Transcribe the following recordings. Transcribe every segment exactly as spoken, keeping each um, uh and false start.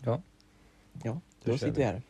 Ja. Ja, Då då kör sitter vi. vi här.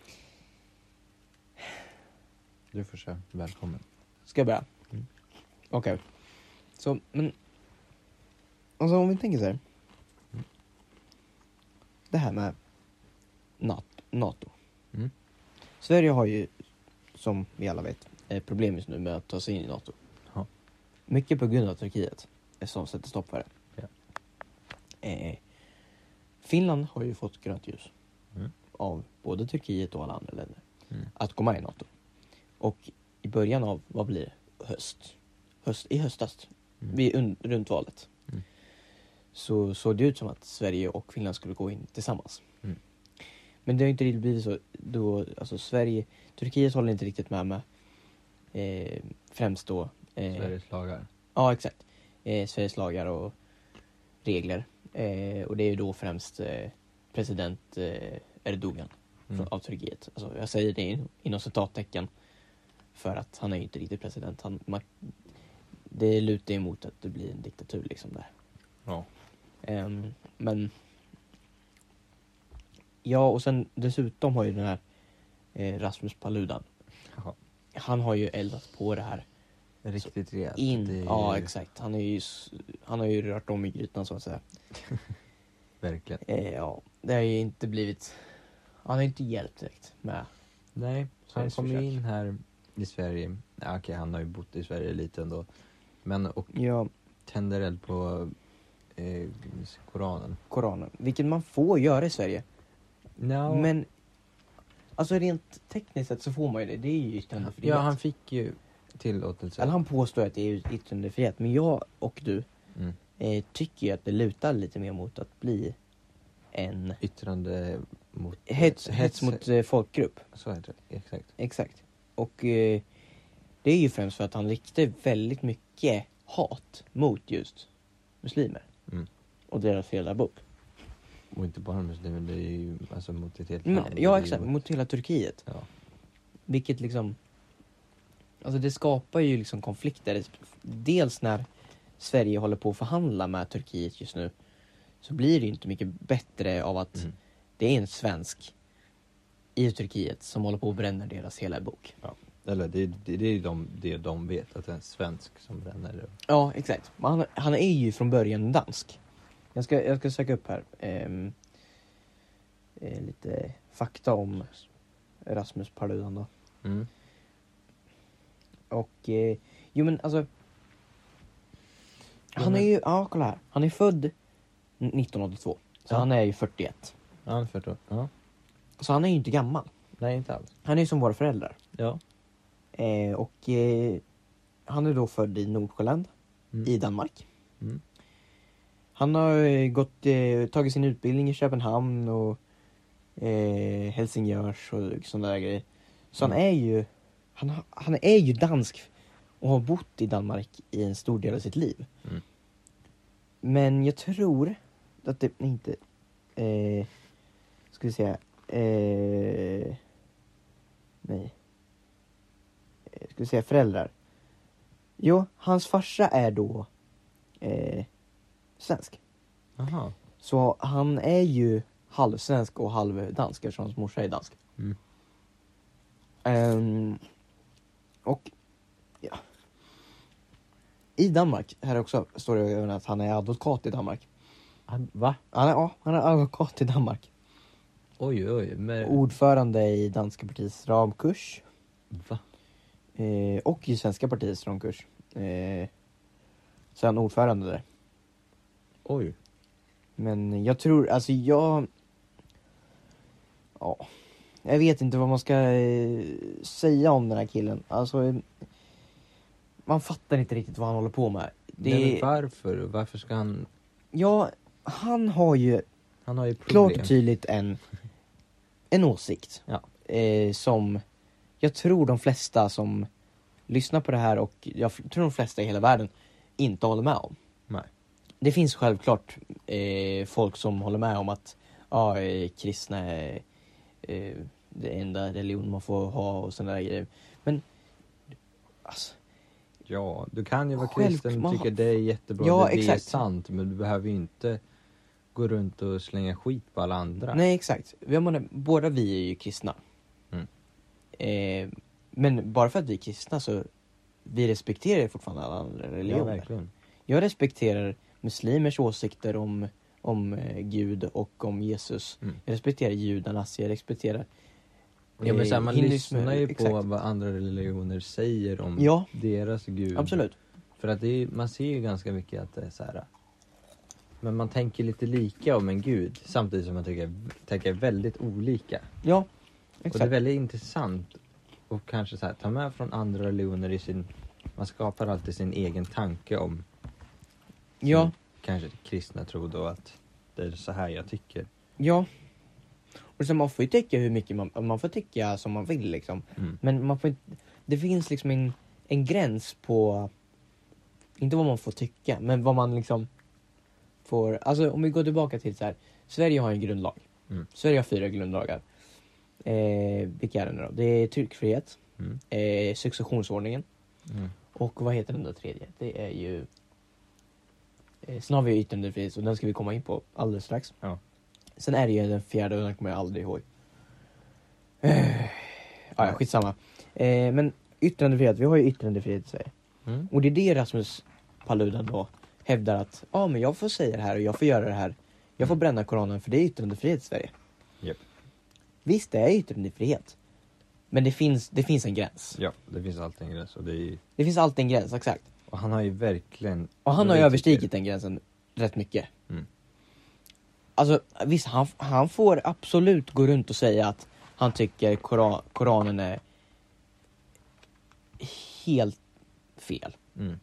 Du får säga välkommen. Ska jag börja? Mm. Okej. Så, men... Alltså om vi tänker så här. Mm. Det här med Nat- NATO. Mm. Sverige har ju, som vi alla vet, eh, problem just nu med att ta sig in i NATO. Ja. Mycket på grund av Turkiet som sätter stopp för det. Ja. Eh, Finland har ju fått grönt ljus Mm. av både Turkiet och alla andra länder Mm. att gå med i NATO. Och i början av, vad blir det? Höst. Höst i höstas. Mm. Vid un- runt valet. Mm. Så såg det ut som att Sverige och Finland skulle gå in tillsammans. Mm. Men det har inte riktigt blivit så. Då, alltså Sverige, Turkiet håller inte riktigt med med eh, främst då eh, Sveriges lagar. Ja, exakt. Eh, Sveriges lagar och regler. Eh, och det är ju då främst eh, president eh, Erdogan Mm. från, av Turkiet. Alltså, jag säger det in, inom citattecken för att han är ju inte riktigt president. Han, man, det lutar emot att det blir en diktatur liksom där. Ja. Ehm, men ja, och sen dessutom har ju den här eh, Rasmus Paludan. Jaha. Han har ju eldat på det här Riktigt rejält. in. Det är Ja, ju- exakt. Han, är ju, s- han har ju rört om i grytan så att säga. Verkligen. Eh, ja, det har ju inte blivit... Han har inte hjälpt direkt med... Nej, han Sveriges kom ju försök. in här i Sverige. Ja, okej, han har ju bott i Sverige lite ändå. Men och Ja, tänder eld på eh, Koranen. Koranen. Vilket man får göra i Sverige. No. Men... Alltså rent tekniskt sett så får man ju det. Det är ju yttrandefrihet. Ja, han fick ju tillåtelse. Eller han påstår att det är yttrandefrihet. Men jag och du Mm. eh, tycker ju att det lutar lite mer mot att bli en Yttrande mot... hets, hets mot eh, folkgrupp. Så heter det, exakt. Exakt. Och eh, det är ju främst för att han riktar väldigt mycket hat mot just muslimer. Mm. Och deras hela bok. Och inte bara muslimer, det är ju alltså mot ett helt Men, land. Det ja, är ju exakt. Mot hela Turkiet. Ja. Vilket liksom... Alltså det skapar ju liksom konflikter. Dels när Sverige håller på att förhandla med Turkiet just nu. Så blir det ju inte mycket bättre av att Mm. det är en svensk i Turkiet som håller på att bränna deras hela bok. Eller det, det, det är ju de, det de vet, att det är en svensk som bränner det. Ja, exakt. Men han, han är ju från början dansk. Jag ska, jag ska söka upp här. ehm, eh, lite fakta om Rasmus Paludan då. Mm. Och, eh, jo men alltså... Ja, Han är men- ju, ja kolla här. Han är född nittonhundraåttiotvå. Så Ja. han är ju fyrtioett. Ja, han förstår. Ja. Så han är ju inte gammal. Nej, inte alls. Han är ju som våra föräldrar. Ja. Eh, och eh, han är då född i Nordsjälland Mm. i Danmark. Mm. Han har eh, gått, eh, tagit sin utbildning i Köpenhamn och eh, Helsingörs och sådana där grejer. Så Mm. han är ju han, har- han är ju dansk och har bott i Danmark i en stor del av sitt liv. Mm. Men jag tror att det nej, inte eh, ska vi säga eh, nej eh, ska vi säga föräldrar. Jo, hans farsa är då eh, svensk. Aha. Så han är ju halvsvensk och halvdansk eftersom hans morsa är dansk. Mm. Ehm, och ja. I Danmark, här också står det även att han är advokat i Danmark. Han, va? Han är, ja, han är advokat i Danmark. Oj, oj. Men... Ordförande i danska partiets ramkurs. Va? Eh, och i svenska partiets ramkurs. Eh, så är han ordförande där. Oj. Men jag tror, alltså jag... Ja. Jag vet inte vad man ska eh, säga om den här killen. Alltså... eh, Man fattar inte riktigt vad han håller på med. Det Nej, men är, varför? Varför ska han... ja, han har ju Han har ju problem. klart och tydligt en, en åsikt. Ja. Eh, som jag tror de flesta som lyssnar på det här och jag f- tror de flesta i hela världen inte håller med om. Nej. Det finns självklart eh, folk som håller med om att ja, eh, kristna är eh, det enda religion man får ha och sådana där grejer. Men alltså, Ja, du kan ju vara Själv- kristen och man- tycka det är jättebra. Ja, det, det är exakt. sant, men du behöver ju inte gå runt och slänga skit på alla andra. Nej, exakt. Jag menar, båda vi är ju kristna. Mm. Eh, men bara för att vi är kristna så vi respekterar fortfarande alla andra Ja, religioner. verkligen. Jag respekterar muslimers åsikter om, om eh, Gud och om Jesus. Mm. Jag respekterar judarnas, jag respekterar Ja, men så här, man hinduism- lyssnar ju exakt. på vad andra religioner säger om Ja. deras gud. Absolut. För att det är, man ser ju ganska mycket att det är så här. Men man tänker lite lika om en gud samtidigt som man tycker, tänker väldigt olika. Ja, Och det är exakt. väldigt intressant och kanske så här, ta med från andra religioner i sin, man skapar alltid sin egen tanke om sin, Ja, kanske kristna tro då att det är så här jag tycker. ja. Och så man får ju tycka hur mycket man, man får tycka som man vill liksom. Mm. Men man får inte, det finns liksom en, en gräns på, inte vad man får tycka, men vad man liksom får, alltså om vi går tillbaka till så här, Sverige har en grundlag. Mm. Sverige har fyra grundlagar. Eh, vilka är det nu då? Det är tryckfrihet, Mm. eh, successionsordningen Mm. och vad heter den då tredje? Det är ju, eh, sen har vi yttrandefrihet och den ska vi komma in på alldeles strax. Ja. Sen är det ju den fjärde och den kommer jag aldrig ihåg. Eh, ja, ja, skitsamma. Eh, men yttrandefrihet, vi har ju yttrandefrihet i Sverige. Mm. Och det är det Rasmus Paludan då hävdar att ja, men jag får säga det här och jag får göra det här. Jag får bränna Koranen för det är yttrandefrihet i Sverige. Japp. Visst, det är yttrandefrihet. Men det finns, det finns en gräns. Ja, det finns alltid en gräns och det är ju, Det finns alltid en gräns, exakt. och han har ju verkligen, Och han har ju jag överstigit tycker- den gränsen rätt mycket. Mm. Alltså visst, han, han får absolut gå runt och säga att han tycker Koran, Koranen är helt fel. Mm.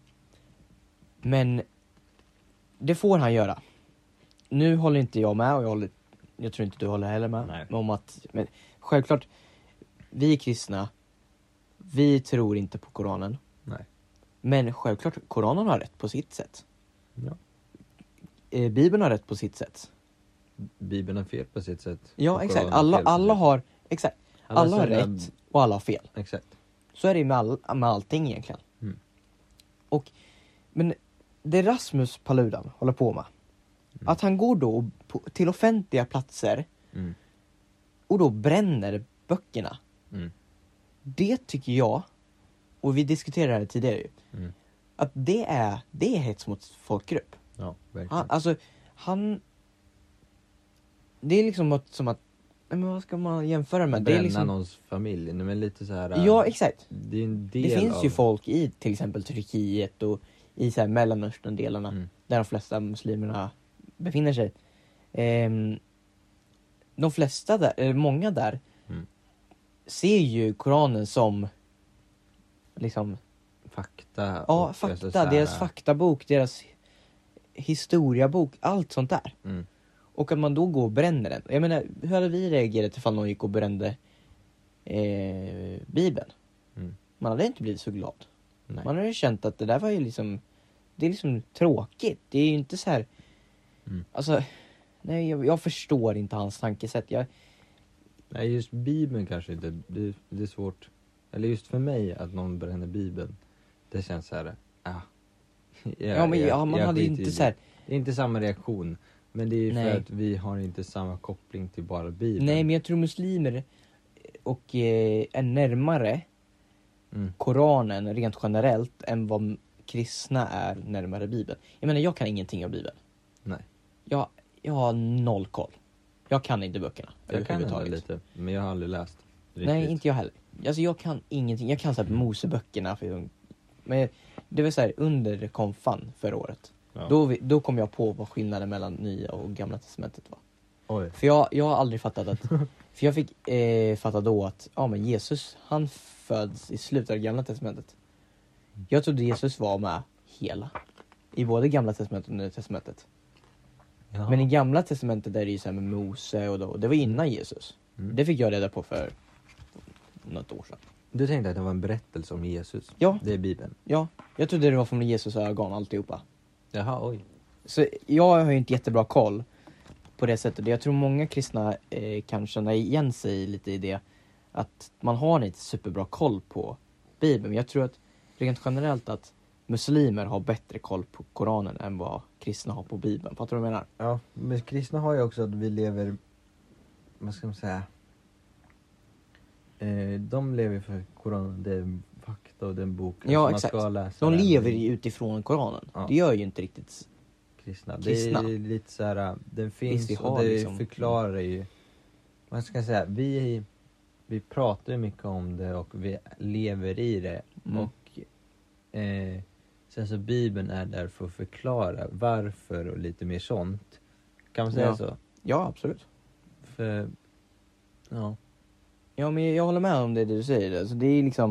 Men det får han göra. Nu håller inte jag med och jag, håller, jag tror inte du håller heller med. Nej. Om att, men självklart, vi är kristna. Vi tror inte på Koranen. Nej. Men självklart, Koranen har rätt på sitt sätt. Ja. Eh, Bibeln har rätt på sitt sätt. Bibeln har fel på sitt sätt. Ja, och exakt. Koranen har Alla, fel på alla sitt har, exakt. Alla har säger- rätt och alla har fel. Exakt. Så är det med, all, med allting egentligen. Mm. Och, men det Rasmus Paludan håller på med. Mm. Att han går då på, till offentliga platser Mm. och då bränner böckerna. Mm. Det tycker jag, och vi diskuterade det här tidigare ju, Mm. att det är, det är hets mot folkgrupp. Ja, verkligen. Han, alltså, han... Det är liksom att, som att... Nej, men vad ska man jämföra med? Det Bränna är liksom, någons familj. Nej, men lite så här. ja, exakt. Det är en del Det finns av... ju folk i till exempel Turkiet och i så här Mellanöstern-delarna Mm. där de flesta muslimerna befinner sig. Ehm, de flesta där, eller många där, Mm. ser ju Koranen som liksom, Fakta. ja, och alltså fakta, så här- deras faktabok, deras historiabok, allt sånt där. Mm. Och att man då går och bränner den. Jag menar, hur hade vi reagerat ifall någon gick och brände eh, Bibeln? Mm. Man hade inte blivit så glad. Nej. Man hade ju känt att det där var ju liksom, det är liksom tråkigt. Det är ju inte så här, Mm. alltså, nej, jag, jag förstår inte hans tankesätt. Jag, Nej, just Bibeln kanske inte. Det, det är svårt. Eller just för mig att någon bränner Bibeln. Det känns så här. Ah. Jag, ja, men ja, man hade ju skiter i inte det. så här, Det är inte samma reaktion. Men det är ju Nej. för att vi har inte samma koppling till bara Bibeln. nej, men jag tror muslimer och eh, är närmare Mm. Koranen rent generellt än vad kristna är närmare Bibeln. Jag menar, jag kan ingenting om Bibeln. Nej. Jag, jag har noll koll. Jag kan inte böckerna Jag kan ändå överhuvudtaget. lite. Men jag har aldrig läst. Riktigt. Nej, inte jag heller. Alltså jag kan ingenting. Jag kan så här Moseböckerna. För, men det var så här under konfan förra året. Ja. Då, vi- då kom jag på vad skillnaden mellan nya och gamla testamentet var. Oj. För jag, jag har aldrig fattat att... för jag fick eh, fatta då att ja, men Jesus, han föds i slutet av gamla testamentet. Jag trodde Jesus var med hela. I både gamla testamentet och nya testamentet. Jaha. Men i gamla testamentet är det ju så här med Mose och då, det var innan Jesus. Mm. Det fick jag reda på för något år sedan. Du tänkte att det var en berättelse om Jesus? Ja. Det är Bibeln? Ja, jag trodde det var från Jesus ögon alltihopa. Jaha, oj. Så jag har ju inte jättebra koll på det sättet. Jag tror många kristna eh, kan känna igen sig lite i det. Att man har inte superbra koll på Bibeln. Men jag tror att rent generellt att muslimer har bättre koll på Koranen än vad kristna har på Bibeln. Fattar du vad jag menar? Ja, men kristna har ju också att vi lever, vad ska man säga, eh, de lever för Koranen, det är fakta och den boken Ja, som exakt. man ska läsa. De den. lever ju utifrån Koranen. Ja. Det gör ju inte riktigt kristna. kristna. Det är lite så här, den finns vi och har det liksom- förklarar ju, vad ska jag säga, vi, vi pratar ju mycket om det och vi lever i det. Mm. Och eh, sen så Bibeln är där för att förklara varför och lite mer sånt. Kan man säga Ja. så? Ja, absolut. För, ja. Ja, men jag håller med om det du säger. Alltså, det är liksom...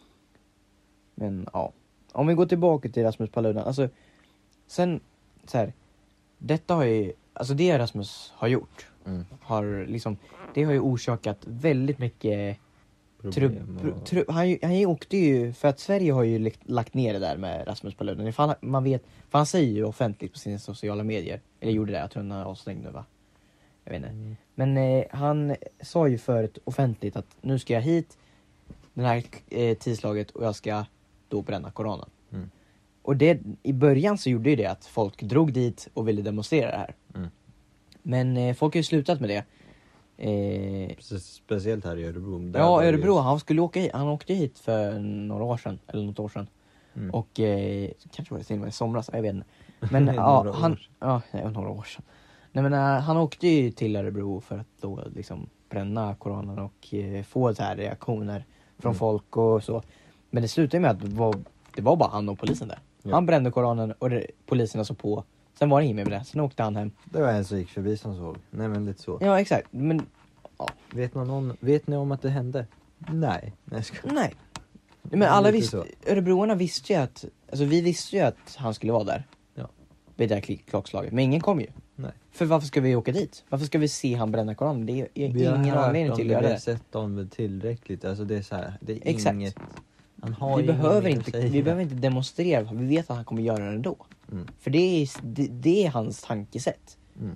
Men ja. Om vi går tillbaka till Rasmus Paludan. Alltså, sen så här. Detta har ju... Alltså det Rasmus har gjort. Mm. Har liksom... Det har ju orsakat väldigt mycket... Trubb, Problem och, tru, han, han åkte ju... För att Sverige har ju lagt- lagt ner det där med Rasmus Paludan. Ifall man vet... För han säger ju offentligt på sina sociala medier. Eller gjorde det. Jag tror han är avstängd nu, va? Jag vet inte. mm. Men eh, han sa ju förut offentligt att nu ska jag hit den här eh, tidslaget och jag ska då bränna Koranen. Mm. Och det, i början så gjorde ju det att folk drog dit och ville demonstrera det här. Mm. Men eh, folk har ju slutat med det. Eh, Precis, speciellt här i Örebro. Där ja, var det Örebro, just- han skulle åka hit. Han åkte hit för några år sedan, eller något år sedan. Mm. Och eh, kanske var det till och med i somras, jag vet inte. Men Några ja, år han, sedan. ja, nej, några år sedan. Nej, men äh, han åkte ju till Örebro för att då liksom bränna Koranen och eh, få så här reaktioner från Mm. folk och så. Men det slutade ju med att det var, det var bara han och polisen där. Ja. Han brände Koranen och det, poliserna så på. Sen var det inget mer med det. Sen åkte han hem. Det var en som gick förbi som såg. Nej men lite så. Ja, exakt. Men Vet, man någon, vet ni om att det hände? Nej. Nej jag ska... nej. Men alla Lite visste, så. Örebroarna visste ju att, alltså vi visste ju att han skulle vara där. Ja. Vid det här klick- klockslaget. Men ingen kom ju. Nej. För varför ska vi åka dit? Varför ska vi se han bränna Koranen? Det är, är Vi har ingen hört anledning om till det, att vi göra har det. sett dem väl tillräckligt. Alltså det är så här, det är Exakt. inget. Han har Vi ju behöver, inget att inte, säga. vi behöver inte demonstrera, vi vet att han kommer göra det ändå. Mm. För det är, det, det är hans tankesätt. Mm.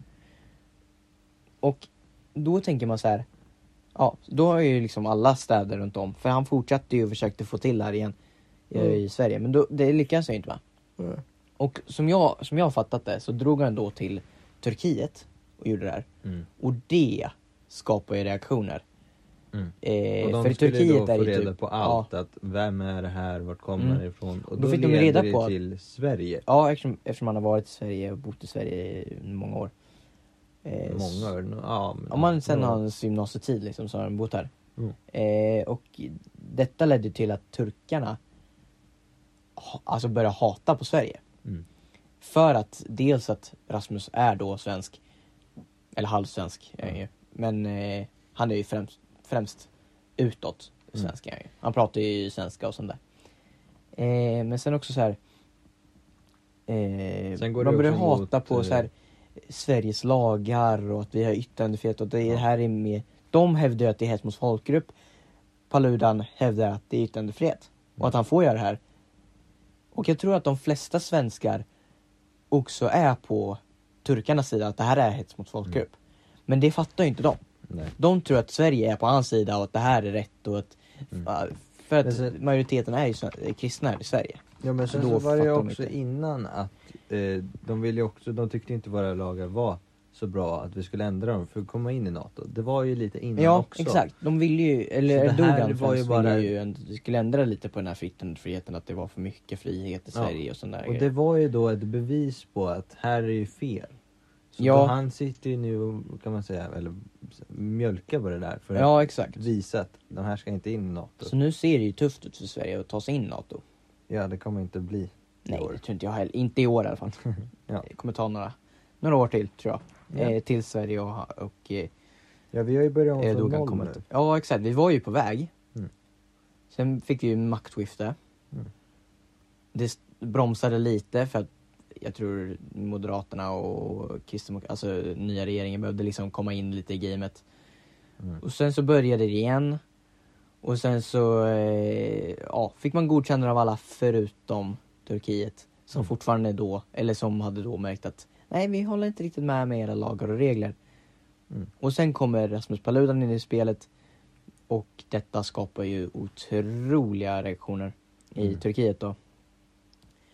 Och då tänker man så här, ja, då har ju liksom alla städer runt om, för han fortsatte ju och försökte få till det här igen i, Mm. i Sverige, men då, det lyckas ju inte, va? Mm. Och som jag, som jag har fattat det så drog han då till Turkiet och gjorde det här. Mm. Och det skapar ju reaktioner. Mm. Eh, Och de för i skulle Turkiet då är få det ju reda typ, på allt, att vem är det här, vart kommer Mm. det ifrån? Och Då då, fick de leder reda det på att- till Sverige. Ja, eftersom, eftersom han har varit i Sverige och bott i Sverige i många år. Eh, Många år, no- ja. Men, Om man sen ja. har hans gymnasietid liksom, så har han bott här. Mm. Eh, och detta ledde till att turkarna ha, alltså började hata på Sverige. Mm. För att dels att Rasmus är då svensk, eller halvsvensk är han ju. Men eh, han är ju främst, främst utåt Mm. svensk är han ju. Han pratar ju svenska och sånt där. Eh, men sen också så här. Eh, Sen går de det börjar också hata mot, på eh, så här, Sveriges lagar och att vi har yttrandefrihet och det Ja. här är med. De hävdar ju att det är hets mot folkgrupp. Paludan hävdar att det är yttrandefrihet och att han får göra det här. Och jag tror att de flesta svenskar också är på turkarnas sida, att det här är hets mot folkgrupp. Men det fattar ju inte de. Nej. De tror att Sverige är på hans sida och att det här är rätt och att Mm. ja, för att Men sen- majoriteten är ju sven- är kristna i Sverige. Ja men sen Då så var det fattar ju de också inte. innan att eh, de ville ju också, de tyckte inte våra lagar var så bra att vi skulle ändra dem för att komma in i NATO. Det var ju lite innan Ja, också. exakt. De ville ju, eller Så det här Erdogan var ju främst bara- ville ju att vi skulle ändra lite på den här yttrandefriheten, att det var för mycket frihet i Ja. Sverige och sådana där Och det grejer. var ju då ett bevis på att här är ju fel. Så Ja. då han sitter ju nu och, kan man säga, eller mjölkar på det där för Ja, exakt. att visa att de här ska inte in i NATO. Så nu ser det ju tufft ut för Sverige att ta sig in i NATO. Ja, det kommer inte bli i Nej, år. det tror inte jag heller. Inte i år i alla fall. Ja. Det kommer ta några, några år till, tror jag. Ja. Eh, till Sverige och, och eh, Ja, vi har ju börjat om från Erdogan noll kommer nu. inte. Ja, exakt. Vi var ju på väg. Mm. Sen fick vi ju maktskifte. Mm. Det s- bromsade lite för att jag tror Moderaterna och Kristdemokraterna, alltså nya regeringen behövde liksom komma in lite i gamet. Mm. Och sen så började det igen. Och sen så eh, ja, fick man godkännande av alla förutom Turkiet. Som Mm. fortfarande då, eller som hade då märkt att nej, vi håller inte riktigt med med era lagar och regler. Mm. Och sen kommer Rasmus Paludan in i spelet. Och detta skapar ju otroliga reaktioner i Mm. Turkiet då.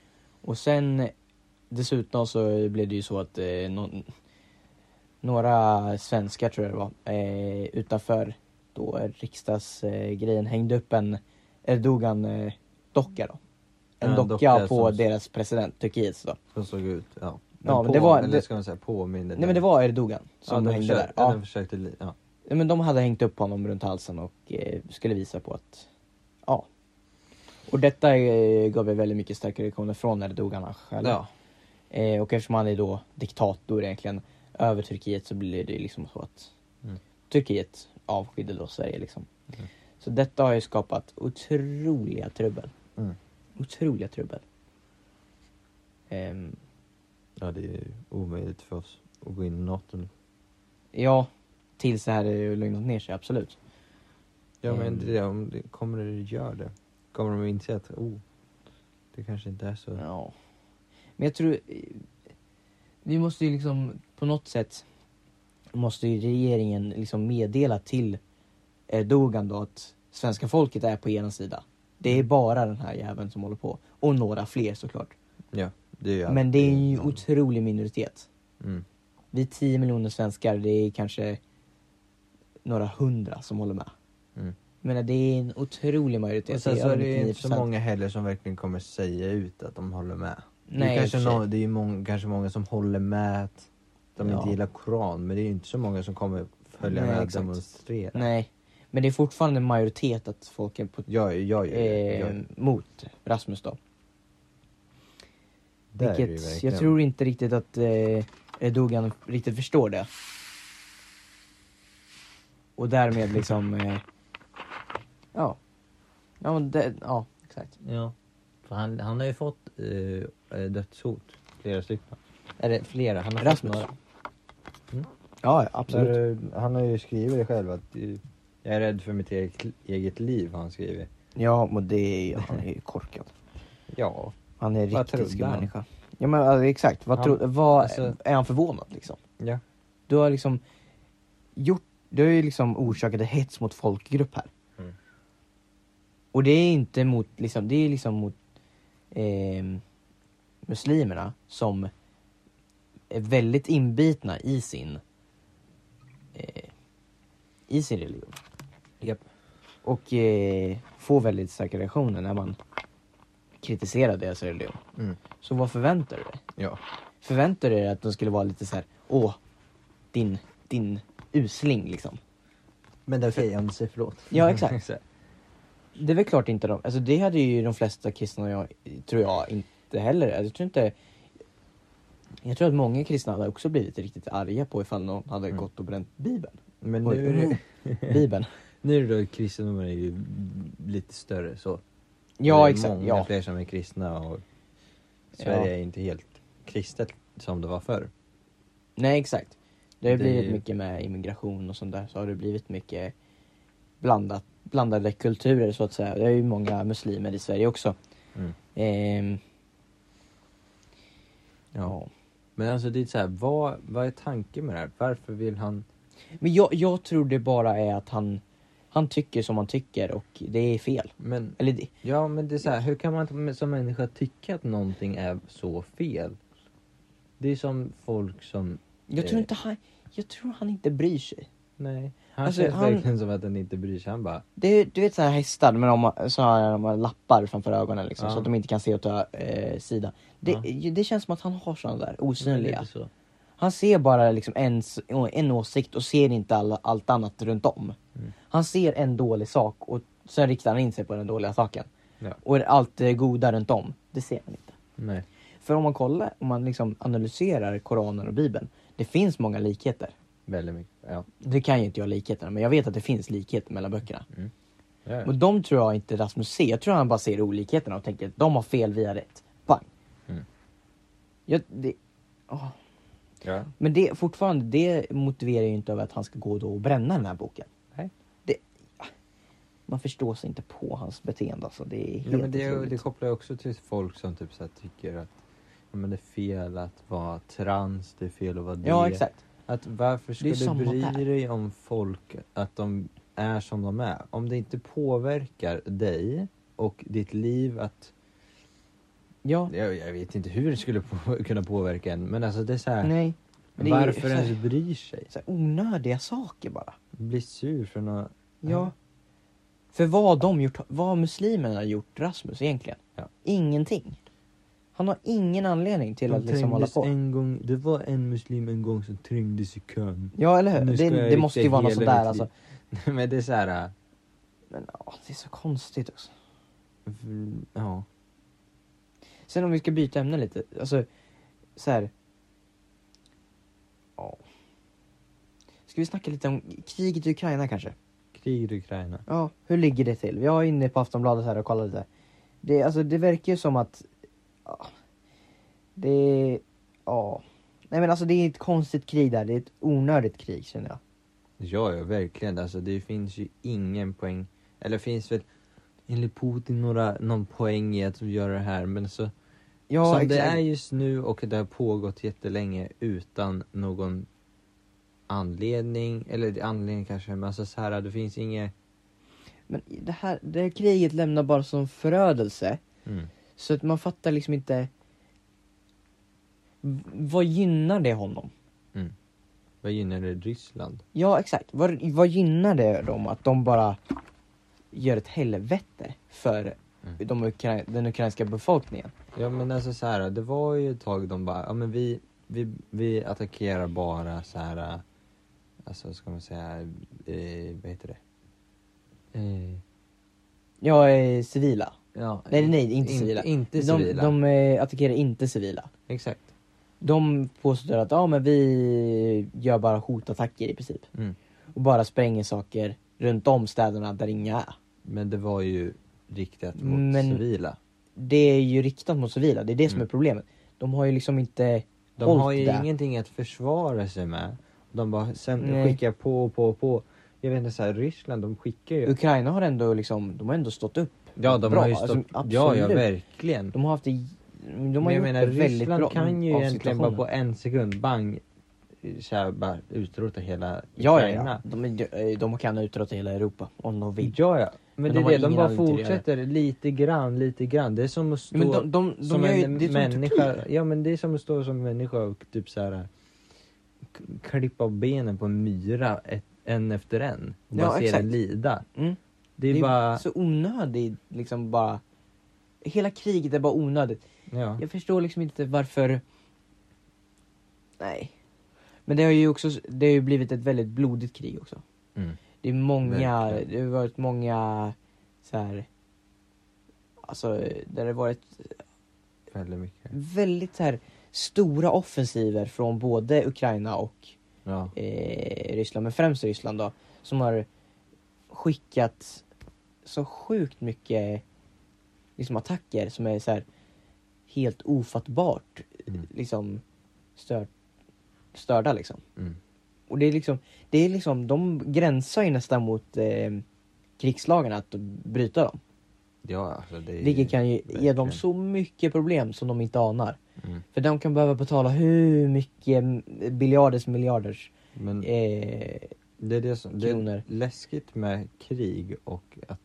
Och sen dessutom så blev det ju så att eh, någon, några svenskar tror jag det var eh, utanför då riksdagsgrejen eh, hängde upp en Erdogan-docka då. En Ja, docka, docka på som- deras president, Turkiet då. Som såg ut, ja. Ja, men på, det var- eller det- ska man säga påminner. Nej men det var Erdogan som ja, de hängde försökte, där. ja. Ja. De försökte, li- ja. Ja, men de hade hängt upp honom runt halsen och eh, skulle visa på att, ja. Och detta eh, gav ju väldigt mycket starka reaktioner från Erdogan själv. Ja. Eh, och eftersom han är då diktator egentligen över Turkiet så blir det liksom så att Mm. Turkiet avskydde då Sverige liksom. Mm. Så detta har ju skapat otroliga trubbel. Mm. Otroliga trubbel. Ehm, Ja, det är ju omöjligt för oss att gå in i NATO nu. ja, tills det här är lugnat ner sig, absolut. Ja, men Mm. det, om det, kommer det göra det? Kommer de att inse att, oh, det kanske inte är så... Ja. Men jag tror eh, vi måste ju liksom på något sätt måste ju regeringen liksom meddela till Erdogan då att svenska folket är på ena sida. Det är bara den här jäveln som håller på. Och några fler såklart. Ja, det är ju Men det är ju alltid någon- otrolig minoritet. Mm. Vi är tio miljoner svenskar, det är kanske några hundra som håller med. Mm. Men det är en otrolig majoritet. Och sen så över är det ju nittionio inte så procent. många heller som verkligen kommer säga ut att de håller med. Nej, det är, i och kanske för sig. nå- det är ju många, kanske många som håller med att de Ja. inte gillar Koran, men det är ju inte så många som kommer följa Nej, med och exakt. demonstrera. Nej, men det är fortfarande en majoritet att folk är på, Jag, jag, jag, eh, jag, mot Rasmus då. där är det ju Vilket verkligen. jag tror inte riktigt att eh, Erdogan riktigt förstår det. Och därmed liksom, eh, ja. Ja, men det, ja, exakt. Ja, för han, han har ju fått eh, dödshot, flera stycken. Är det Flera, han har Rasmus? fått några. Mm. Ja, absolut. Där, eh, han har ju skrivit det själv att eh, jag är rädd för mitt eget, eget liv, har han skrivit. Ja, men det är, han är ju korkad. Ja. Han är Vad riktigt trodde skum han? människa. Ja, men alltså, exakt. Vad, Han- tro, vad alltså- är han förvånad liksom? Ja. Du har liksom gjort, du har ju liksom orsakat ett hets mot folkgrupp här. Mm. Och det är inte mot, liksom, det är liksom mot eh, muslimerna som är väldigt inbitna i sin eh, i sin religion. Japp. Och eh, får väldigt starka reaktioner när man kritiserar deras religion. Mm. Så vad förväntar du dig? Ja. Förväntar du dig att de skulle vara lite så här: åh, din, din usling liksom. Men det är okej om du säger förlåt. Ja, exakt. Det är väl klart inte de, alltså det hade ju de flesta kristna, jag, tror jag, inte heller. Jag tror inte, jag tror att många kristna hade också blivit riktigt arga på ifall någon hade Mm. gått och bränt Bibeln. Men Oj, nu är det, Bibeln. nu är det då kristendomen är ju lite större så. Ja, det är exakt. många Ja. fler som är kristna och Sverige Ja. är inte helt kristet som det var förr. Nej, exakt. Det har Det blivit är ju- mycket med immigration och sånt där, så har det blivit mycket blandat, blandade kulturer så att säga. Det är ju många muslimer i Sverige också. Mm. Ehm, Ja. ja. Men alltså det är så här, vad, vad är tanken med det här? Varför vill han... Men jag, jag tror det bara är att han, han tycker som han tycker och det är fel. Men, Eller det, ja men det är så här, hur kan man som människa tycka att någonting är så fel? Det är som folk som... jag tror inte han, jag tror han inte bryr sig. Nej. Han Alltså, känns han- verkligen som att han inte bryr sig. Han bara... Det, du vet sådana här hästar med de, så här, de har lappar framför ögonen liksom, Ja. så att de inte kan se åt eh, sida. Det, Ja. det känns som att han har sådana där osynliga. Lite så. Han ser bara liksom en, s- en åsikt och ser inte alla, allt annat runt om. Mm. Han ser en dålig sak och sen riktar han in sig på den dåliga saken. Ja. Och allt det goda runt om, det ser han inte. Nej. För om man kollar, om man liksom analyserar Koranen och Bibeln, det finns många likheter. Väldigt mycket. Ja. Det kan ju inte jag likheterna, men jag vet att det finns likheter mellan böckerna. Mm. Ja. Och de tror jag inte Rasmus ser. Jag tror han bara ser olikheterna och tänker att de har fel, vi har rätt. Bang. Mm. Jag, det, åh. Ja. Men det fortfarande, det motiverar ju inte över att han ska gå då och bränna den här boken. Nej. Det, man förstår sig inte på hans beteende alltså. Det är helt Ja, men det, otroligt. det kopplar jag också till folk som typ så här tycker att ja, men det är fel att vara trans, det är fel att vara det. Ja, exakt. Att varför ska Det är du samma bry där. dig om folk, att de är som de är? Om det inte påverkar dig och ditt liv att Ja, Jag, jag vet inte hur det skulle på, kunna påverka en, men alltså det är så här. nej. Men det är ju Varför så här- ens bryr sig? Så här onödiga saker bara. Bli sur för något. Ja. För vad har de gjort, vad har muslimerna gjort Rasmus egentligen? Ja. Ingenting. Han har ingen anledning till De att liksom hålla trängdes på. en gång, det var en muslim en gång som trängdes i kön. Ja, eller hur? Nu ska Det, jag det måste ju rikta vara något hela sånt där mitt alltså. liv. Men det är så här. äh, Men ja, det är så konstigt också. mm, Ja. Sen om vi ska byta ämne lite, alltså så här. Ja. Ska vi snacka lite om kriget i Ukraina kanske? Kriget i Ukraina. Ja, hur ligger det till? Jag är inne på Aftonbladet här och kollar lite. Det, alltså, det verkar ju som att... Ja, det... Ja. Nej men alltså det är ett konstigt krig där. Det är ett onödigt krig känner jag. Ja, ja, verkligen. Alltså det finns ju ingen poäng. Eller finns väl enligt Putin några, någon poäng i att göra det här. Men så Ja, som exakt. det är just nu och det har pågått jättelänge utan någon anledning. Eller anledning kanske, men alltså så här, det finns inget... Men det här, det här kriget lämnar bara som förödelse. Mm. Så att man fattar liksom inte... v- Vad gynnar det honom? Mm. Vad gynnar det Ryssland? Ja, exakt. Vad, vad gynnar det dem att de bara gör ett helvete för Mm. de ukra- den ukrainska befolkningen? Ja, men alltså så här, det var ju ett tag de bara, ja men vi, vi, vi attackerar bara så här, alltså ska man säga, eh, vad heter det? Eh, Ja, eh, civila. ja, Nej, nej, inte civila. Inte De, civila. de eh, attackerar inte civila. Exakt. De påstår att ja, men vi gör bara hotattacker i princip. Mm. Och bara spränger saker runt om städerna där inga är. Men det var ju riktat mot Men- civila. Det är ju riktat mot civila, det är det som Mm. är problemet. De har ju liksom inte De hållit har ju det. ingenting att försvara sig med. De bara sen Nej. skickar på och på och på. Jag vet inte, så här, Ryssland, de skickar ju... Ukraina har ändå liksom, de har ändå stått upp. Ja, de bra. har ju stått... Alltså, ja, ja, absolut. verkligen. De har haft det, de Men har jag gjort menar, det väldigt Ryssland bra kan ju av egentligen bara situationen. på en sekund, bang, så här, bara utrota hela Ja, ja, Ukraina. ja. De, är- de kan utrota hela Europa om de vill. Ja, ja. Men, Men det de är har det, de ingen bara anledning till att göra fortsätter lite grann, lite grann. Det är som att stå Men de, de, de som gör ju, en det är som människa. Turkiet. Ja, men det är som att stå som människa och typ så här k- klippa av benen på en myra ett, en efter en. Och Ja, bara se exakt. den lida. Mm. Det är, Det är bara... så onödigt, liksom bara... Hela kriget är bara onödigt. Ja. Jag förstår liksom inte varför... Nej. Men det har ju också, det har ju blivit ett väldigt blodigt krig också. Mm. Det är många, Verkligen. det har varit många så här, alltså där det har varit Väldigt mycket. väldigt så här stora offensiver från både Ukraina och Ja. eh, Ryssland, men främst Ryssland då, som har skickat så sjukt mycket liksom attacker som är så här helt ofattbart Mm. liksom stör, störda liksom. Mm. Och det är liksom, det är liksom, de gränsar ju nästan mot eh, krigslagarna att bryta dem. Ja, alltså det är Vilket kan ju ge verkligen. dem så mycket problem som de inte anar. Mm. För de kan behöva betala hur mycket biljarders miljarders Men eh, det är det som det kronor. är läskigt med krig och att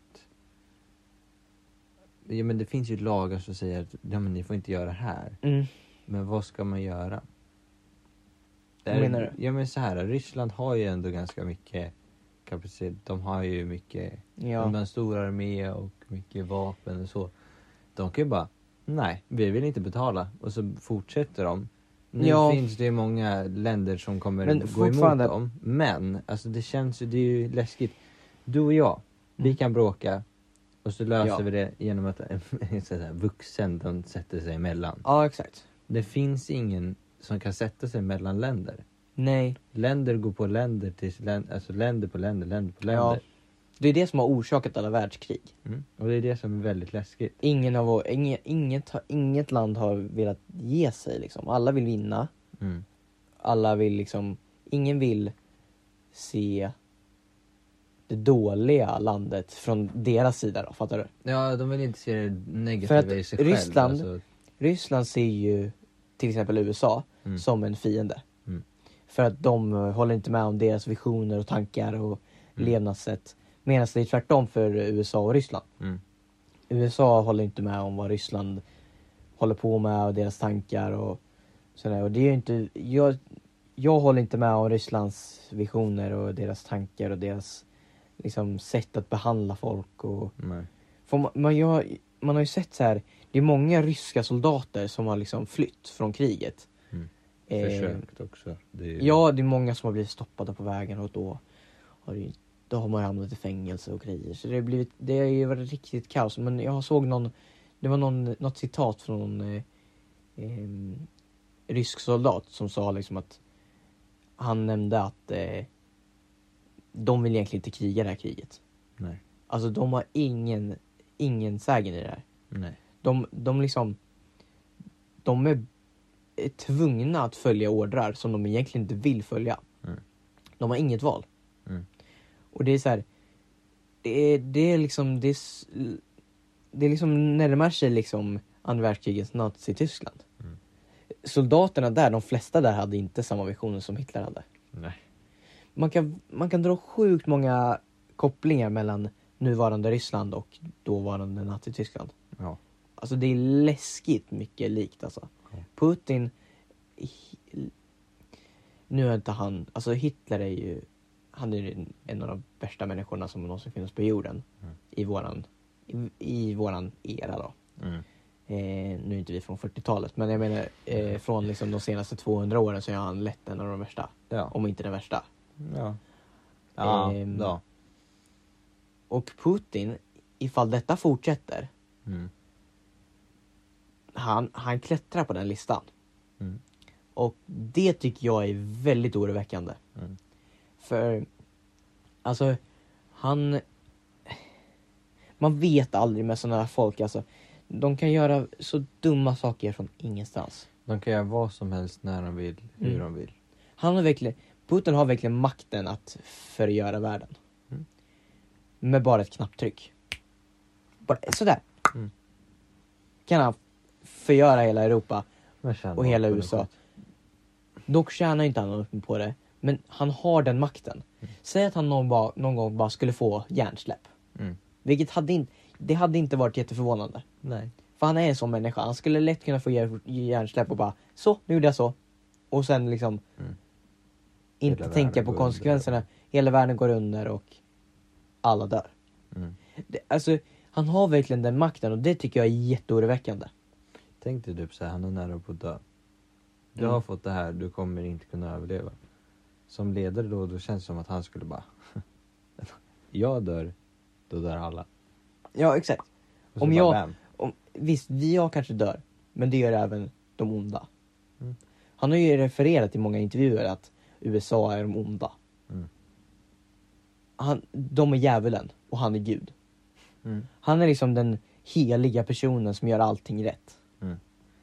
ja, men det finns ju lagar som säger att ja, men ni får inte göra det här. mm, Men vad ska man göra? Det Vad menar Ja, men så här, Ryssland har ju ändå ganska mycket kapacitet. De har ju mycket, ja. de har en stor armé och mycket vapen och så. De kan ju bara, nej, vi vill inte betala. Och så fortsätter de. Nu Ja. finns det ju många länder som kommer Men gå fortfarande- emot dem. Men, alltså det känns ju, det är ju läskigt. Du och jag, vi Mm. kan bråka. Och så löser Ja. vi det genom att en så här, vuxen, de sätter sig emellan. Ja, exakt. Det finns ingen som kan sätta sig mellan länder. Nej, Länder går på länder tills länder, alltså länder på länder, länder på länder. ja. Det är det som har orsakat alla världskrig. Mm. Och det är det som är väldigt läskigt. Ingen av, vår- inget, inget, har- inget land har velat ge sig liksom. Alla vill vinna. Mm. Alla vill liksom, ingen vill se det dåliga landet från deras sida då, fattar du? Ja, de vill inte se det För negativa att i sig Ryssland- själv. Alltså, Ryssland ser ju till exempel U S A mm. som en fiende. Mm. För att de eh, håller inte med om deras visioner och tankar och Mm. levnadssätt. Medan det är tvärtom för U S A och Ryssland. Mm. U S A håller inte med om vad Ryssland håller på med och deras tankar och sådär. Och det är ju inte, jag, jag håller inte med om Rysslands visioner och deras tankar och deras liksom sätt att behandla folk och Nej. för man, man, jag, man har ju sett så här, det är många ryska soldater som har liksom flytt från kriget. Mm. Eh, Försökt också. Det är ju... Ja, det är många som har blivit stoppade på vägen och då har, det, då har man hamnat i fängelse och grejer. Så det har blivit, det har ju varit riktigt kaos. Men jag såg någon, det var någon, något citat från någon eh, eh, rysk soldat som sa liksom att han nämnde att eh, de vill egentligen inte kriga det här kriget. Nej. Alltså de har ingen, ingen sägen i det här. Nej. De, de liksom de är, är tvungna att följa ordrar som de egentligen inte vill följa. Mm. De har inget val. Mm. Och det är så här, det är, det är liksom det är, det är liksom närmar sig liksom andra världskrigets Nazi-Tyskland. Mm. Soldaterna där, de flesta där hade inte samma visioner som Hitler hade. Nej. Man kan, man kan dra sjukt många kopplingar mellan nuvarande Ryssland och dåvarande Nazi-Tyskland. Ja. Alltså det är läskigt mycket likt alltså. Ja. Putin, nu är inte han, alltså Hitler är ju, han är ju en av de värsta människorna som någonsin finns på jorden. Mm. I våran, i, i våran era då. Mm. Eh, nu är inte vi från fyrtiotalet, men jag menar eh, från liksom de senaste tvåhundra åren så är han lätt en av de värsta. Ja. Om inte den värsta. Ja. Ja. Ehm, ja. Och Putin, ifall detta fortsätter, Mm. han, han klättrar på den listan. Mm. Och det tycker jag är väldigt oroväckande. Mm. För, alltså, han... Man vet aldrig med sådana här folk, alltså. De kan göra så dumma saker från ingenstans. De kan göra vad som helst när de vill, hur Mm. de vill. Han har verkligen, Putin har verkligen makten att förgöra världen. Mm. Med bara ett knapptryck. Bara, sådär. Mm. Kan han förgöra hela Europa Men känn och hela vapen U S A. och skit. Dock tjänar inte han något på det. Men han har den makten. Mm. Säg att han någon, ba, någon gång bara skulle få hjärnsläpp. Mm. Vilket hade inte, det hade inte varit jätteförvånande. Nej. För han är en sån människa. Han skulle lätt kunna få hjär- hjärnsläpp och bara, så, nu gjorde jag så. Och sen liksom Mm. inte Hela tänka världen på går konsekvenserna. under. Hela världen går under och alla dör. Mm. Det, alltså, han har verkligen den makten och det tycker jag är jätteoroväckande. Tänk dig typ såhär, han är nära på att dö. Du Mm. har fått det här, du kommer inte kunna överleva. Som ledare då, då känns det som att han skulle bara jag dör, då dör alla. Ja, exakt. Och så Om bara, jag- bam. Om, visst, vi jag kanske dör. Men det gör även de onda. Mm. Han har ju refererat i många intervjuer att U S A är de onda. Mm. Han, de är djävulen och han är Gud. Mm. Han är liksom den heliga personen som gör allting rätt. Mm.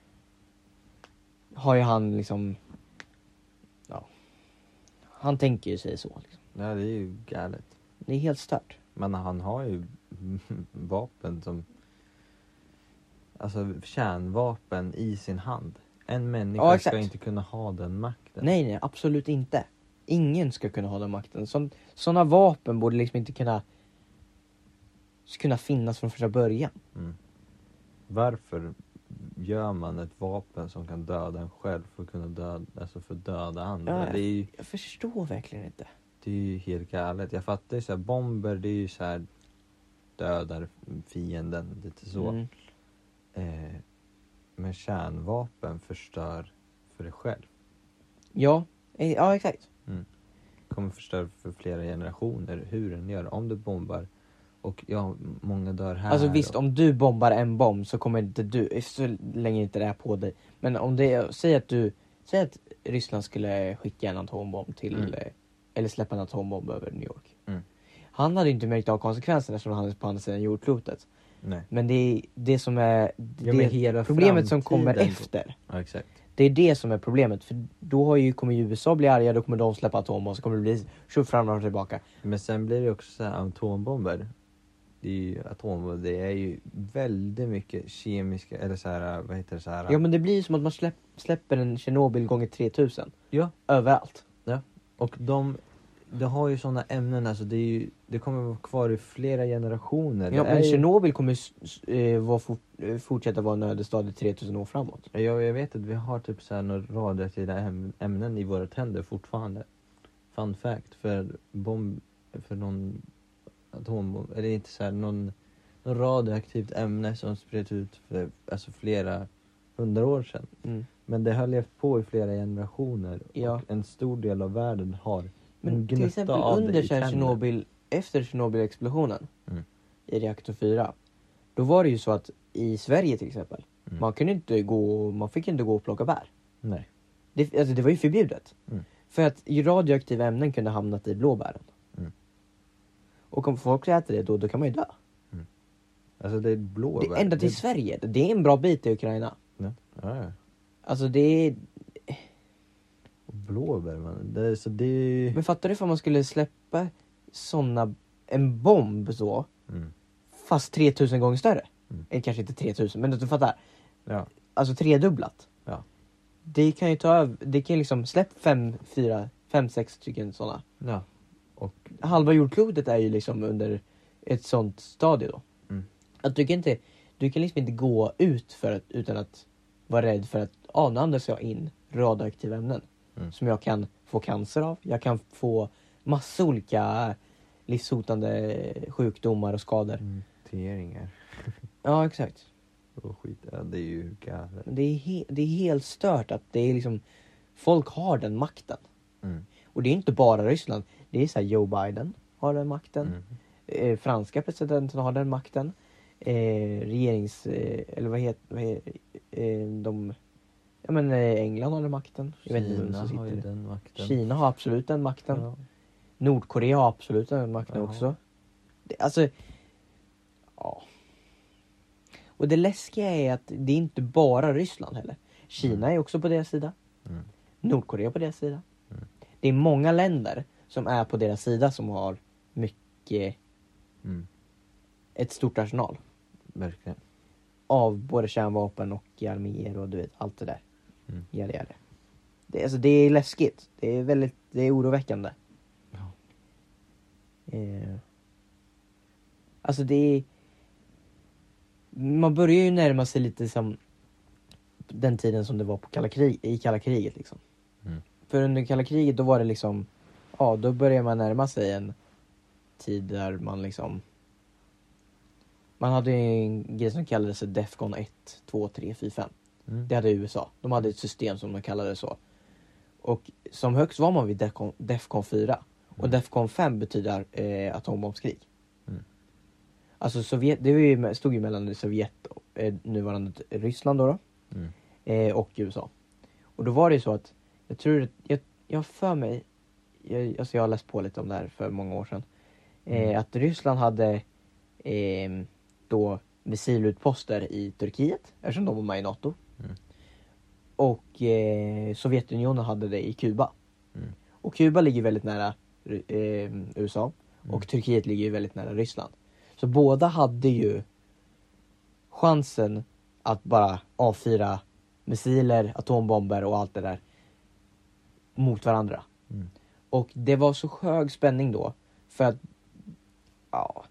Har ju han liksom... Ja. Han tänker ju sig så. Liksom. Ja, det är ju galet. Det är helt stört. Men han har ju vapen som... Alltså kärnvapen i sin hand. En människa Ja, exakt. ska inte kunna ha den makten. Nej, nej, absolut inte. Ingen ska kunna ha den makten. Sån, såna vapen borde liksom inte kunna... kunna finnas från första början. Mm. Varför gör man ett vapen som kan döda en själv för att kunna döda, alltså för döda andra? Ja, Det är ju, Jag förstår verkligen inte. det är ju helt galet. Jag fattar ju så här, bomber, det är ju så här dödar fienden, lite så. Mm. Eh, men kärnvapen förstör för dig själv. Ja, eh, ja exakt. Kommer förstöra för flera generationer hur den gör. Om du bombar och ja, många dör här. Alltså visst, och, om du bombar en bomb så kommer inte du, så länge inte det är på dig. Men om det, säg att du, säg att Ryssland skulle skicka en atombomb till, Mm. eh, eller släppa en atombomb över New York. Mm. Han hade inte märkt av konsekvenserna eftersom han är på andra sidan jordklotet. Nej. Men det är det som är, Ja, det men hela problemet som kommer framtiden- efter. Ja, exakt. Det är det som är problemet. För då har ju, kommer ju U S A bli arga, då kommer de släppa atombomb, så kommer det bli tjoff fram och tillbaka. Men sen blir det också så här atombomber. Det är ju atombomber, det är ju väldigt mycket kemiska, eller så här, vad heter det, så här. Ja, men det blir ju som att man släpp, släpper en Tjernobyl gånger tre tusen. Ja. Överallt. Och de det har ju sådana ämnen, alltså det, är ju, det kommer vara kvar i flera generationer. Ja, Det är men ju- Tjernobyl kommer eh, vara fort, eh, fortsätta vara en ödestad i tre tusen år framåt. Jag, jag vet att vi har typ så här några radioaktiva äm- ämnen i våra tänder fortfarande. Fun fact, för bomb, för någon atombomb, eller inte så här, någon, någon radioaktivt ämne som spreds ut för alltså flera hundra år sedan. Mm. Men det har levt på i flera generationer Ja. och en stor del av världen har Men en till gnutta exempel av det under i så här tänderna. Tjernobyl, efter Tjernobylexplosionen Mm. i reaktor fyra, då var det ju så att i Sverige till exempel, Mm. man kunde inte gå, man fick inte gå och plocka bär. Nej. Det, alltså det var ju förbjudet. Mm. För att radioaktiva ämnen kunde hamnat i blåbären. Mm. Och om folk äter det då, då kan man ju dö. Alltså det är blåbär. Det, ända till det, Sverige, det är en bra bit i Ukraina. ja. Ja, ja. Alltså det är... Och blåbär, man. Det, är- så det är... Men fattar du om man skulle släppa såna, en bomb så, Mm. fast tre tusen gånger större? Mm. Eller kanske inte tre tusen, men du fattar. Ja. Alltså tredubblat. Ja. Det kan ju ta över, det kan ju liksom, släpp fem, fyra, fem, sex stycken såna. Ja. Och Halva jordklotet är ju liksom under ett sånt stadie då. Mm. Att du kan inte, du kan liksom inte gå ut för att, utan att vara rädd för att ah, nu andas jag in radioaktiva ämnen. Mm. Som jag kan få cancer av. Jag kan få massa olika livshotande sjukdomar och skador. muteringar Ja, exakt. och skit. Ja, det är ju galet. Det är, he- det är helt stört att det är liksom, folk har den makten. Mm. Och det är inte bara Ryssland. Det är så här, Joe Biden har den makten. Mm. Eh, franska presidenten har den makten. Eh, regerings... Eh, eller vad heter... Vad heter eh, de... Ja men eh, England har den makten. Jag vet inte vem Kina som har ju sitter. den makten. Kina har absolut den makten. Ja. Nordkorea har absolut den makten Jaha. också. Det, alltså... Ja. Och det läskiga är att det är inte bara Ryssland heller. Kina Mm. är också på deras sida. Mm. Nordkorea på deras sida. Mm. Det är många länder som är på deras sida som har mycket, Mm. ett stort arsenal Verkligen. av både kärnvapen och arméer och du vet, allt det där. Mm. Jada, jada. Det, alltså, det är läskigt. Det är väldigt, det är oroväckande. Ja. Eh. Alltså det är... Man börjar ju närma sig lite som den tiden som det var på kalla krig, i kalla kriget liksom. Mm. För under kalla kriget då var det liksom, ja då börjar man närma sig en tid där man liksom, man hade ju en grej som kallades Defcon ett, två, tre, fyra, fem. Mm. Det hade U S A. De hade ett system som de kallade det så. Och som högst var man vid Defcon, Defcon fyra. Och Mm. Defcon fem betyder eh, atombombskrig. Mm. Alltså Sovjet, det var ju, stod ju mellan Sovjet och eh, nuvarande Ryssland då, då Mm. eh, och U S A. Och då var det ju så att, jag tror, jag, jag har för mig, jag, alltså jag har läst på lite om det här för många år sedan. Eh, Mm. att Ryssland hade eh, då missilutposter i Turkiet, eftersom de var med i NATO. Mm. Och eh, Sovjetunionen hade det i Kuba. Mm. Och Kuba ligger väldigt nära eh, U S A. Mm. Och Turkiet ligger ju väldigt nära Ryssland. Så båda hade ju chansen att bara avfyra missiler, atombomber och allt det där mot varandra. Mm. Och det var så hög spänning då. För att, ja.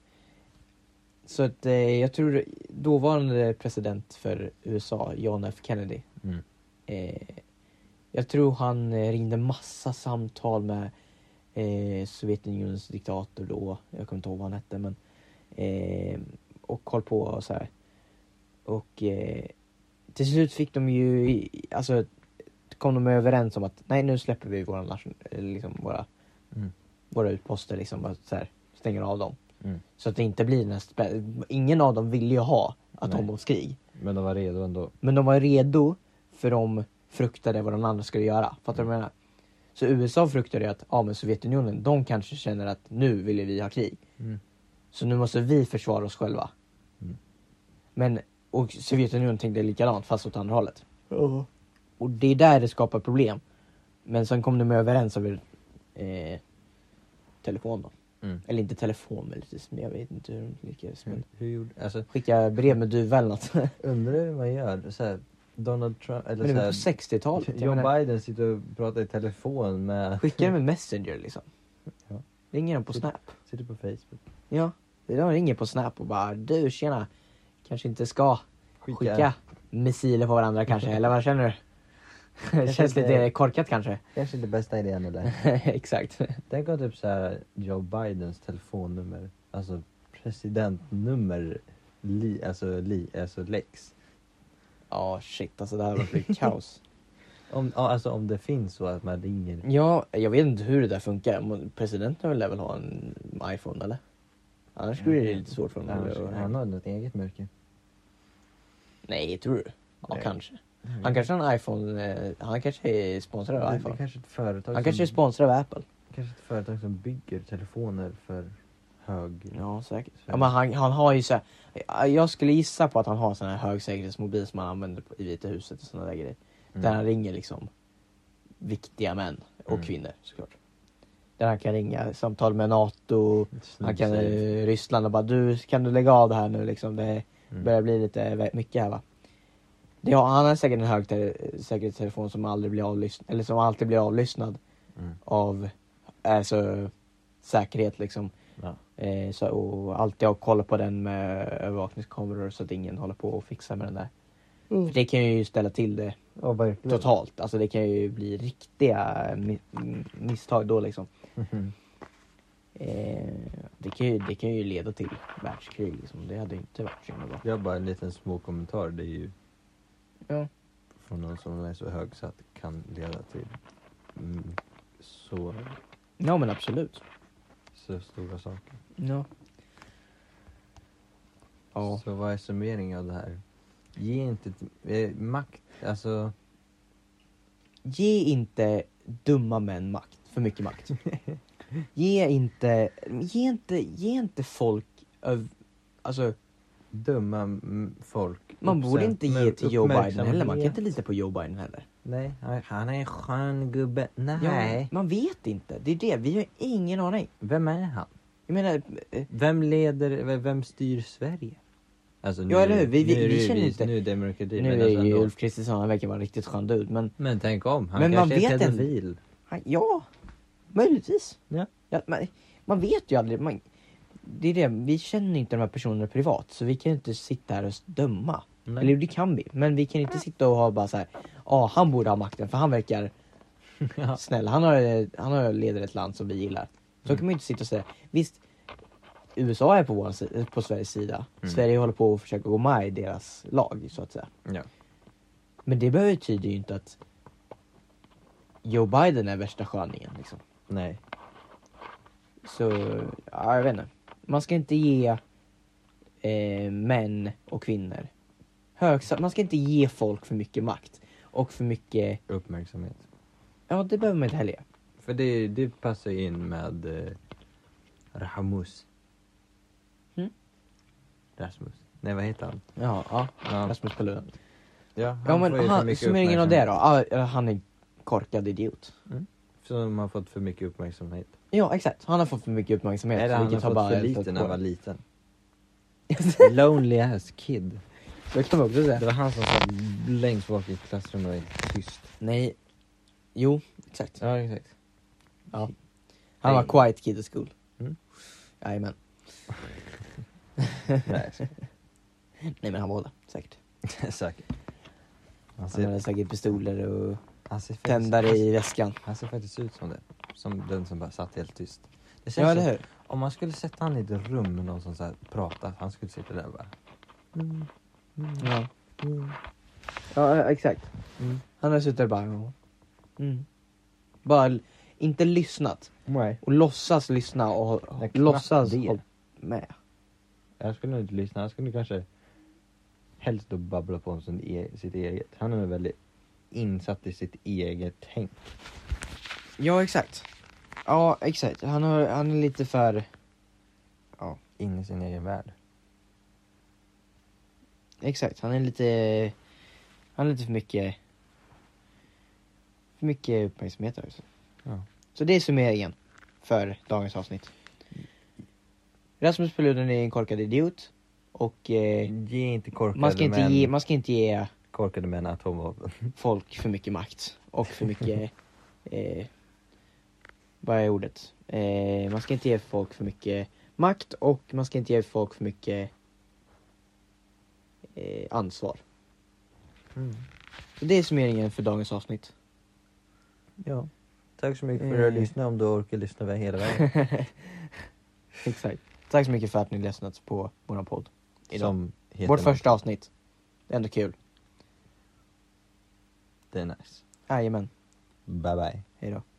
Så att eh, jag tror dåvarande president för U S A, John F Kennedy. Mm. Eh, jag tror han eh, ringde massa samtal med eh, Sovjetunionens diktator då. Jag kommer inte ihåg vad han hette, men eh, och koll på och så här. Och eh, till slut fick de ju, i- alltså kom de överens om att nej, nu släpper vi våra nation, eh, liksom våra Mm. våra utposter liksom, att så här, stänger av dem. Mm. Så att det inte blir den här spä- ingen av dem ville ju ha atombombskrig. Men de var redo ändå. Men de var redo, för de fruktade vad de andra skulle göra. Fattar du vad jag menar? Så U S A fruktade att ja, men Sovjetunionen, de kanske känner att nu vill vi ha krig. Mm. Så nu måste vi försvara oss själva. Mm. Men, och Sovjetunionen tänkte likadant fast åt andra hållet. Och det är där det skapar problem. Men sen kom de överens över eh, telefon då. Mm. Eller inte telefon, men lite, men jag vet inte hur de lyckades. Men Hur, hur gjorde, alltså, skicka brev med duva eller något. undrar hur man gör. Så här, Donald Trump, eller Men det så var här, på sextiotalet. Jag Joe menar, Biden sitter och pratar i telefon med... skicka det med Messenger liksom. Ja. Ringer de på Sitter- Snap? Sitter på Facebook. Ja, de ringer på Snap och bara du tjena, kanske inte ska Skicka. skicka missiler på varandra kanske, eller vad känner du? Det känns inte- lite korkat kanske. Kanske inte bästa idén eller? Exakt. Tänk om typ så här Joe Bidens telefonnummer, alltså presidentnummer, li, alltså, li, alltså Lex. Ja, shit, alltså det här var blivit kaos. Om, ja, alltså om det finns så att man ringer. Ja, jag vet inte hur det där funkar. Men presidenten vill väl ha en iPhone, eller? Annars skulle det bli lite svårt för honom. Han, att- han har något eget märke. Nej, tror du? Ja, Nej. kanske. Han kanske har en iPhone, eh, han kanske är sponsrad av det, det iPhone. kanske ett företag Han kanske är som, sponsrad av Apple. kanske ett företag som bygger telefoner för hög. Ja, säkert. Så- Ja, men han, han har ju så här, jag skulle gissa på att han har sån här högsäkerhetsmobil som han använder på- i Vita huset och såna där grejer. Mm. Där han ringer liksom viktiga män och Mm. kvinnor såklart. Där han kan ringa samtal med NATO, han kan Snyggt. eh, Ryssland och bara du, kan du lägga av det här nu liksom, det Mm. börjar bli lite vä- mycket här va. Det har, han har säkert en hög te- säkerhetstelefon som aldrig blir avlyssnad, eller som alltid blir avlyssnad Mm. av alltså, säkerhet liksom. Ja. Eh, så, och alltid ha koll på den med övervakningskameror så att ingen håller på och fixar med den där. För det kan ju ställa till det Ja, verkligen. totalt. Alltså det kan ju bli riktiga mi- misstag då liksom. Mhm. Eh, det, kan ju, det kan ju leda till världskrig liksom. Det hade ju inte varit så himla bra. Jag har bara en liten små kommentar. Det är ju Ja. från någon som är så hög så att det kan leda till mm, så, Ja men absolut. så stora saker. Ja. Ja. Så vad är summeringen av det här? Ge inte eh, makt, alltså Ge inte dumma män makt, för mycket makt. Ge inte, ge inte, ge inte folk öv, alltså dumma mm, folk. man borde Uppsätt- inte ge med till Joe Biden heller. Man kan uppmärksamhet. inte lita på Joe Biden heller. Nej, han- han är en skön gubbe. Nej. Ja, man vet inte. Det är det. Vi har ingen aning. Vem är han? Jag menar, eh, Vem leder, v- vem styr Sverige? Alltså Ja, eller hur? Vi- vi- nu är vi det ju känner inte- Nu är demokrati. nu men är alltså ju ändå. Ulf Kristersson, han verkar vara en riktigt skön dude, men Men tänk om, han Men man kanske är vet inte. pedofil. han, ja, möjligtvis. Ja. Ja, man, man vet ju aldrig. Man, det är det, vi känner inte de här personerna privat, så vi kan inte sitta här och döma. Nej. Eller det kan vi, men vi kan inte sitta och ha bara så här, ja, han borde ha makten för han verkar Ja. snäll. Han har, han har leder ett land som vi gillar. Så Mm. kan man ju inte sitta och säga, visst, U S A är på, vår, si- på Sveriges sida. Mm. Sverige håller på att försöka gå med i deras lag, så att säga. Ja. Men det betyder ju inte att Joe Biden är värsta sköningen liksom. Nej. Så, ja, jag vet inte. Man ska inte ge eh, män och kvinnor högsta, man ska inte ge folk för mycket makt och för mycket, Uppmärksamhet. ja det behöver man inte heller göra. För det, det passar in med eh, Rahamus. Mm? Rasmus. Nej, vad heter han? Ja, ja. Ja, Rasmus Paludan. ja, Ja men får ju för han, mycket summeringen av det då, uppmärksamhet. ja, han är en korkad idiot. Som har fått för mycket uppmärksamhet. Ja exakt, han har fått för mycket uppmärksamhet. Eller så han vilket har fått för helt lite åt när han var på- liten. Lonely ass kid. Det kan man också säga. Det var han som satt längst bak i klassrummet och var tyst. Nej, jo exakt. Ja, exakt. Ja. Han var Nej. quiet kid i school. Mm. Jajamän. Nej, Nej men han var det, säkert. säkert. Han Han ser, hade säkert pistoler och han, ser faktiskt, tändare i väskan. han ser faktiskt ut som det. Som den som bara satt helt tyst. Det Ja känns eller som, hur? om man skulle sätta han i ett rum med någon som så här pratar, han skulle sitta där och bara... Mm, mm, Ja. mm, Ja exakt. mm. Han har suttit där och bara ja. Mm. Bara l- inte lyssnat. Nej. Och låtsas lyssna och Nej, ha- knappt låtsas det. hålla med. Jag skulle nog inte lyssna, han skulle kanske helst då babbla på om sin e- sitt eget. Han är nog väldigt insatt i sitt eget tänk. Ja exakt. Ja exakt. Han, har, han är lite för... In i sin egen värld. Exakt, han är lite... Han är lite för mycket... För mycket uppmärksamhet här, alltså. Ja. Så det är summeringen för dagens avsnitt. Rasmus Paludan är en korkad idiot. Och eh, Ge inte korkade man, ska inte män, ge, man ska inte ge korkade män atomvapen. folk för mycket makt. Och för mycket... eh, vad är ordet? Eh, man ska inte ge folk för mycket makt och man ska inte ge folk för mycket eh, ansvar. Mm. Så det är summeringen för dagens avsnitt. Ja. Tack så mycket för att du har Eh. lyssnat, om du orkar lyssna hela vägen. Exakt. Tack så mycket för att ni lyssnat på vår podd idag. Som heter Vårt första avsnitt. Det är ändå kul. Det är nice. Jajamän. Bye bye. Hej då.